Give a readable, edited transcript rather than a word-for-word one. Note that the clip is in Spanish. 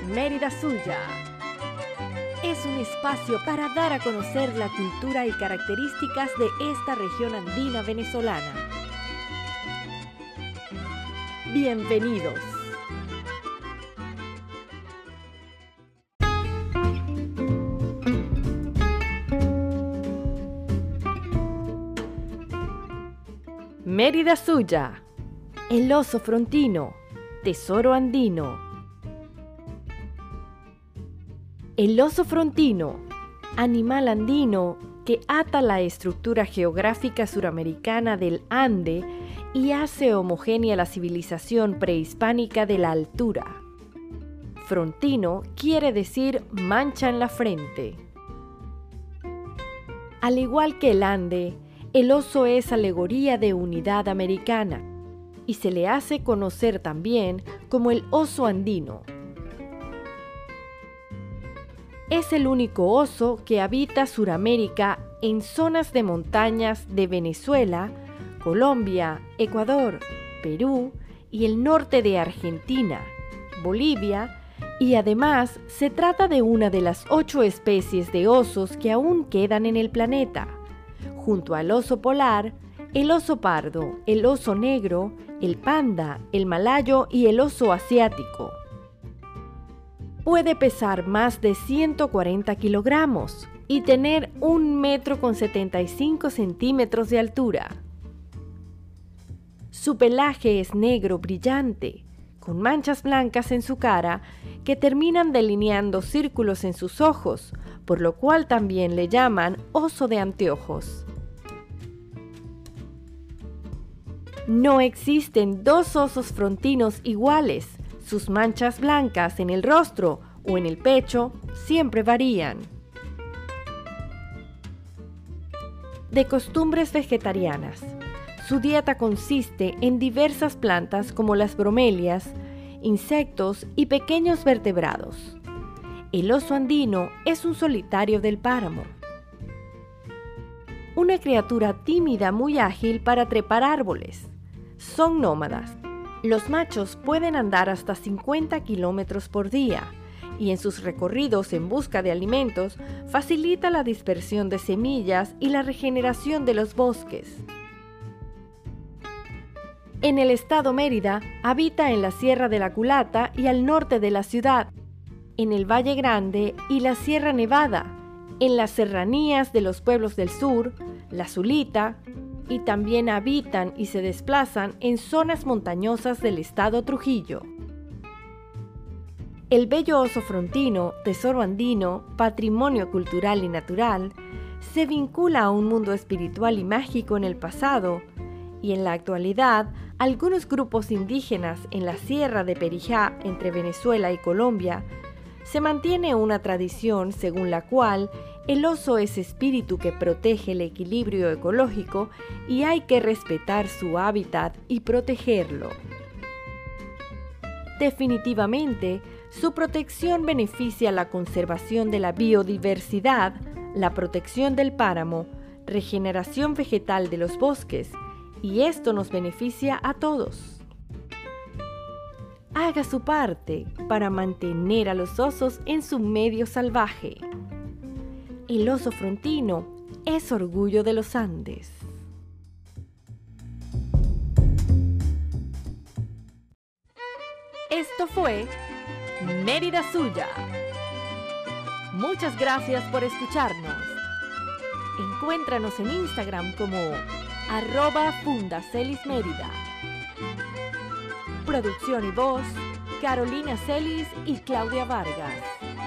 Mérida Suya. Es un espacio para dar a conocer la cultura y características de esta región andina venezolana. Bienvenidos. Mérida Suya, el oso frontino, tesoro andino. El oso frontino, animal andino que ata la estructura geográfica suramericana del Ande y hace homogénea la civilización prehispánica de la altura. Frontino quiere decir mancha en la frente. Al igual que el Ande, el oso es alegoría de unidad americana y se le hace conocer también como el oso andino. Es el único oso que habita Suramérica en zonas de montañas de Venezuela, Colombia, Ecuador, Perú y el norte de Argentina, Bolivia, y además se trata de una de las 8 especies de osos que aún quedan en el planeta, junto al oso polar, el oso pardo, el oso negro, el panda, el malayo y el oso asiático. Puede pesar más de 140 kilogramos y tener 1,75 metros de altura. Su pelaje es negro brillante, con manchas blancas en su cara que terminan delineando círculos en sus ojos, por lo cual también le llaman oso de anteojos. No existen 2 osos frontinos iguales. Sus manchas blancas en el rostro o en el pecho siempre varían. De costumbres vegetarianas. Su dieta consiste en diversas plantas como las bromelias, insectos y pequeños vertebrados. El oso andino es un solitario del páramo. Una criatura tímida muy ágil para trepar árboles. Son nómadas. Los machos pueden andar hasta 50 kilómetros por día y en sus recorridos en busca de alimentos facilita la dispersión de semillas y la regeneración de los bosques. En el estado Mérida habita en la Sierra de la Culata y al norte de la ciudad, en el Valle Grande y la Sierra Nevada, en las serranías de los pueblos del sur, la Zulita, y también habitan y se desplazan en zonas montañosas del estado Trujillo. El bello oso frontino, tesoro andino, patrimonio cultural y natural, se vincula a un mundo espiritual y mágico en el pasado, y en la actualidad, algunos grupos indígenas en la Sierra de Perijá, entre Venezuela y Colombia, se mantiene una tradición según la cual el oso es espíritu que protege el equilibrio ecológico y hay que respetar su hábitat y protegerlo. Definitivamente, su protección beneficia la conservación de la biodiversidad, la protección del páramo, regeneración vegetal de los bosques, y esto nos beneficia a todos. Haga su parte para mantener a los osos en su medio salvaje. El oso frontino es orgullo de los Andes. Esto fue Mérida Suya. Muchas gracias por escucharnos. Encuéntranos en Instagram como @fundacelismérida. Producción y voz, Carolina Celis y Claudia Vargas.